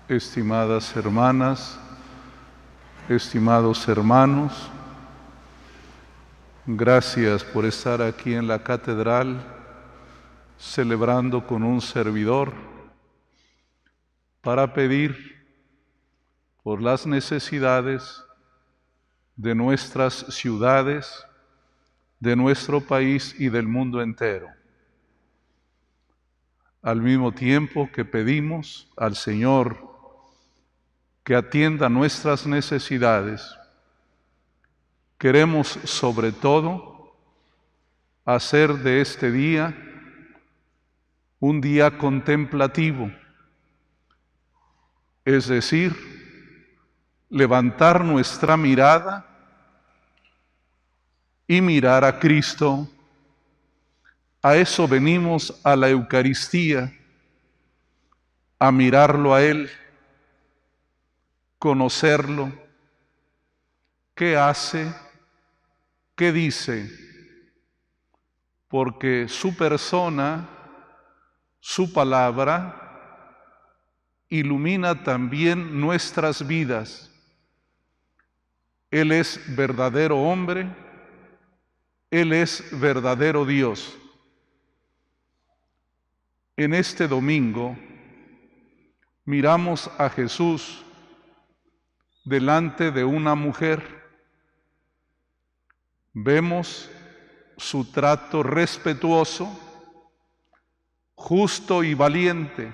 estimadas hermanas, estimados hermanos, gracias por estar aquí en la catedral celebrando con un servidor para pedir por las necesidades de nuestras ciudades, de nuestro país y del mundo entero. Al mismo tiempo que pedimos al Señor que atienda nuestras necesidades, queremos sobre todo hacer de este día un día contemplativo, es decir, levantar nuestra mirada y mirar a Cristo. A eso venimos a la Eucaristía, a mirarlo a Él, conocerlo, qué hace, qué dice, porque su persona, su palabra, ilumina también nuestras vidas. Él es verdadero hombre, Él es verdadero Dios. En este domingo miramos a Jesús delante de una mujer. Vemos su trato respetuoso, justo y valiente,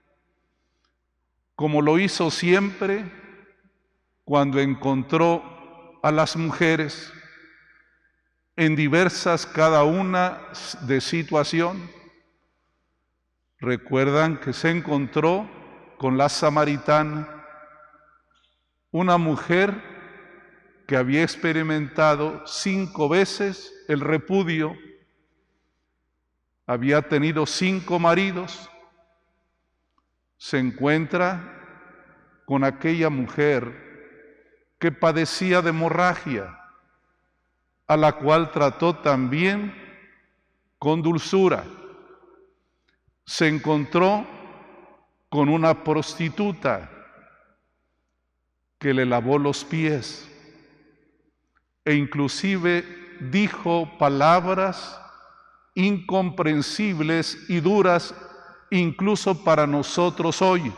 como lo hizo siempre cuando encontró a las mujeres en diversas cada una de situación. Recuerdan que se encontró con la samaritana, una mujer que había experimentado 5 veces el repudio, había tenido 5 maridos, se encuentra con aquella mujer que padecía de hemorragia, a la cual trató también con dulzura. Se encontró con una prostituta que le lavó los pies e inclusive dijo palabras incomprensibles y duras incluso para nosotros hoy.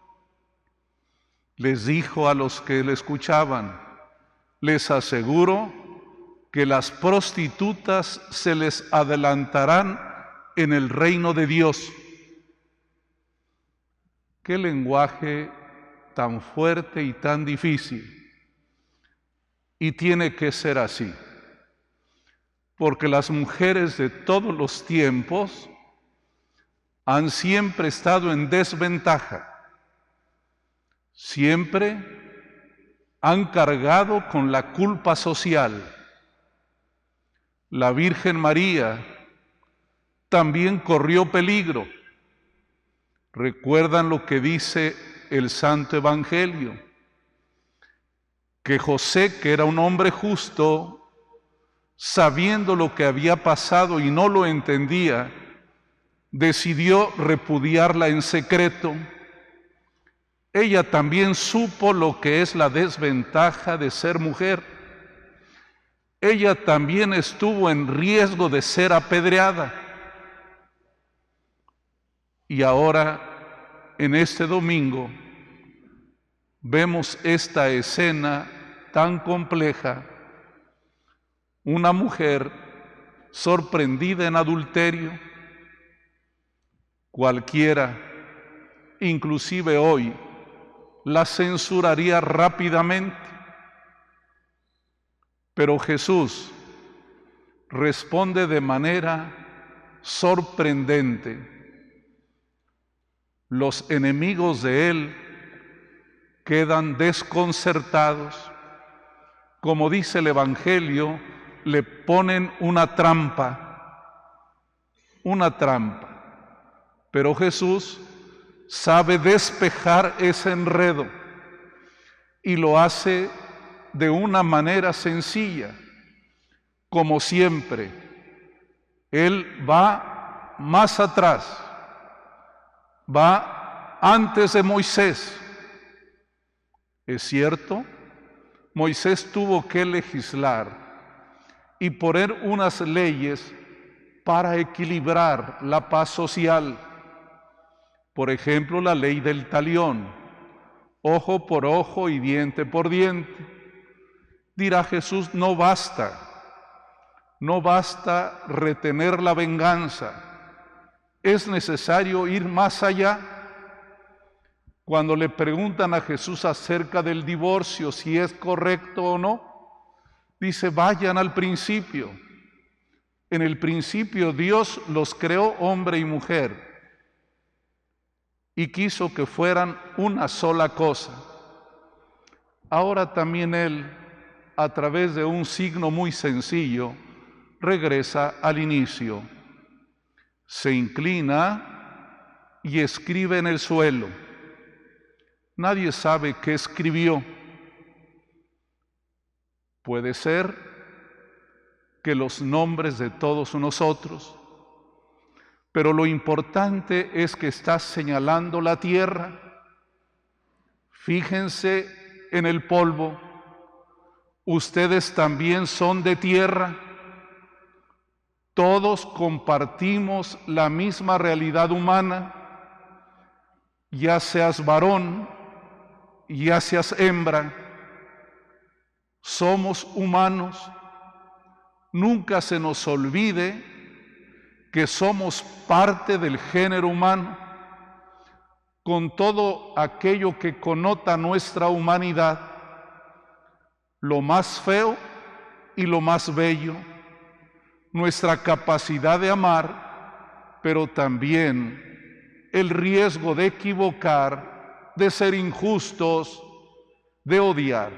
Les dijo a los que le escuchaban: les aseguro que las prostitutas se les adelantarán en el reino de Dios. Qué lenguaje tan fuerte y tan difícil. Y tiene que ser así, porque las mujeres de todos los tiempos han siempre estado en desventaja, siempre han cargado con la culpa social. La Virgen María también corrió peligro. ¿Recuerdan lo que dice el Santo Evangelio? Que José, que era un hombre justo, sabiendo lo que había pasado y no lo entendía, decidió repudiarla en secreto. Ella también supo lo que es la desventaja de ser mujer. Ella también estuvo en riesgo de ser apedreada. Y ahora, en este domingo, vemos esta escena tan compleja. Una mujer sorprendida en adulterio. Cualquiera, inclusive hoy, la censuraría rápidamente. Pero Jesús responde de manera sorprendente. Los enemigos de Él quedan desconcertados. Como dice el Evangelio, le ponen una trampa. Pero Jesús sabe despejar ese enredo y lo hace de una manera sencilla. Como siempre, Él va más atrás, va antes de Moisés, Es cierto, Moisés tuvo que legislar y poner unas leyes para equilibrar la paz social. Por ejemplo, la ley del talión, ojo por ojo y diente por diente. Dirá Jesús, no basta retener la venganza, es necesario ir más allá. Cuando le preguntan a Jesús acerca del divorcio, si es correcto o no, dice, vayan al principio. En el principio Dios los creó hombre y mujer y quiso que fueran una sola cosa. Ahora también Él, a través de un signo muy sencillo, regresa al inicio. Se inclina y escribe en el suelo. Nadie sabe qué escribió. Puede ser que los nombres de todos nosotros, pero lo importante es que está señalando la tierra. Fíjense en el polvo. Ustedes también son de tierra. Todos compartimos la misma realidad humana, ya seas varón, ya seas hembra, somos humanos. Nunca se nos olvide que somos parte del género humano, con todo aquello que connota nuestra humanidad, lo más feo y lo más bello, nuestra capacidad de amar, pero también el riesgo de equivocar, de ser injustos, de odiar.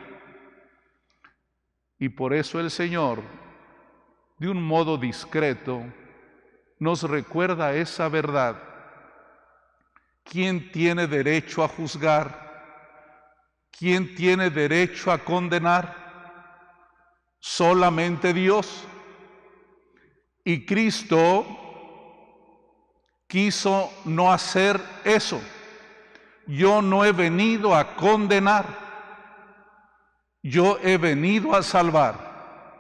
Y por eso el Señor, de un modo discreto, nos recuerda esa verdad. ¿Quién tiene derecho a juzgar? ¿Quién tiene derecho a condenar? Solamente Dios. Y Cristo quiso no hacer eso. Yo no he venido a condenar, yo he venido a salvar.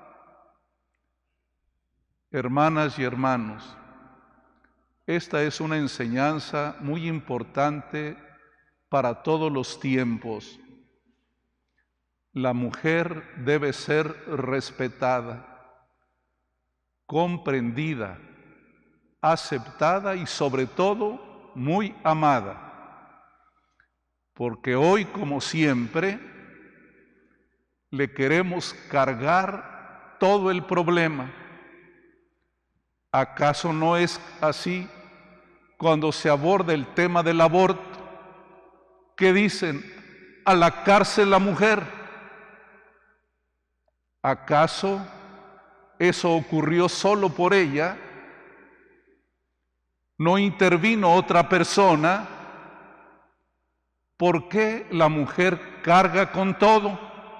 Hermanas y hermanos, esta es una enseñanza muy importante para todos los tiempos. La mujer debe ser respetada, comprendida, aceptada y sobre todo muy amada. Porque hoy, como siempre, le queremos cargar todo el problema. ¿Acaso no es así cuando se aborda el tema del aborto? ¿Qué dicen? A la cárcel la mujer. ¿Acaso eso ocurrió solo por ella? ¿No intervino otra persona? ¿Por qué la mujer carga con todo?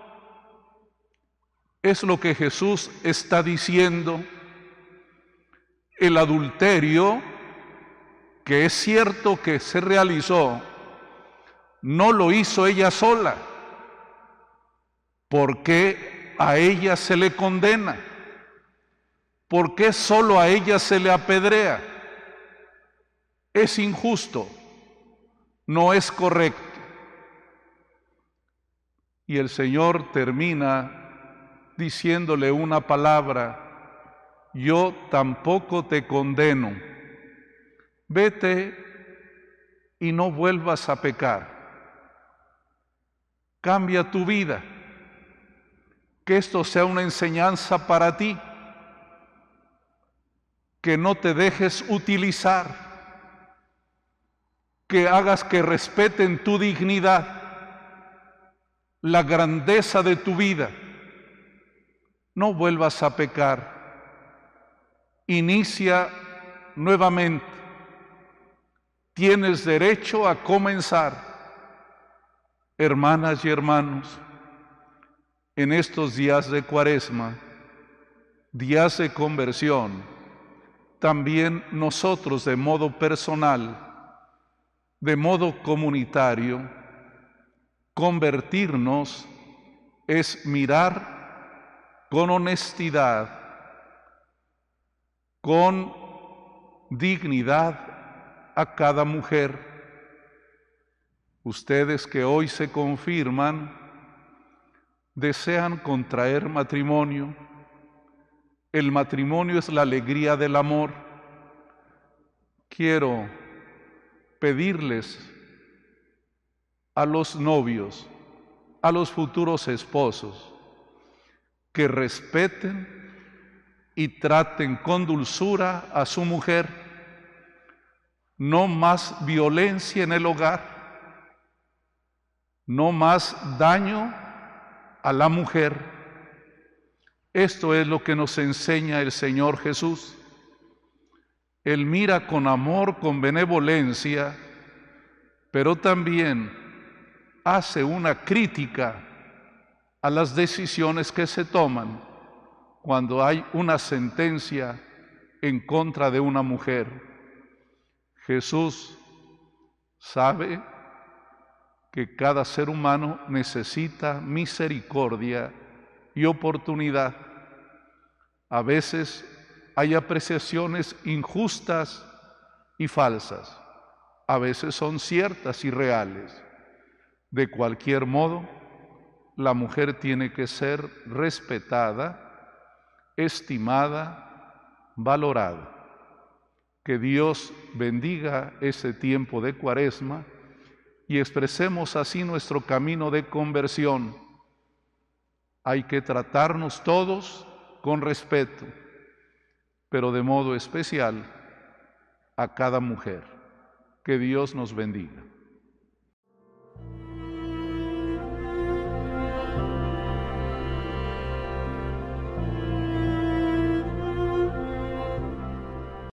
Es lo que Jesús está diciendo. El adulterio, que es cierto que se realizó, no lo hizo ella sola. ¿Por qué a ella se le condena? ¿Por qué solo a ella se le apedrea? Es injusto, no es correcto. Y el Señor termina diciéndole una palabra: yo tampoco te condeno. Vete y no vuelvas a pecar. Cambia tu vida. Que esto sea una enseñanza para ti. Que no te dejes utilizar. Que hagas que respeten tu dignidad, la grandeza de tu vida. No vuelvas a pecar. Inicia nuevamente. Tienes derecho a comenzar. Hermanas y hermanos, en estos días de Cuaresma, días de conversión, también nosotros de modo personal, de modo comunitario, Convertirnos es mirar con honestidad, con dignidad a cada mujer. Ustedes que hoy se confirman, desean contraer matrimonio. El matrimonio es la alegría del amor. Quiero pedirles a los novios, a los futuros esposos, que respeten y traten con dulzura a su mujer. No más violencia en el hogar, no más daño a la mujer. Esto es lo que nos enseña el Señor Jesús. Él mira con amor, con benevolencia, pero también hace una crítica a las decisiones que se toman cuando hay una sentencia en contra de una mujer. Jesús sabe que cada ser humano necesita misericordia y oportunidad. A veces hay apreciaciones injustas y falsas, a veces son ciertas y reales. De cualquier modo, la mujer tiene que ser respetada, estimada, valorada. Que Dios bendiga ese tiempo de Cuaresma y expresemos así nuestro camino de conversión. Hay que tratarnos todos con respeto, pero de modo especial a cada mujer. Que Dios nos bendiga.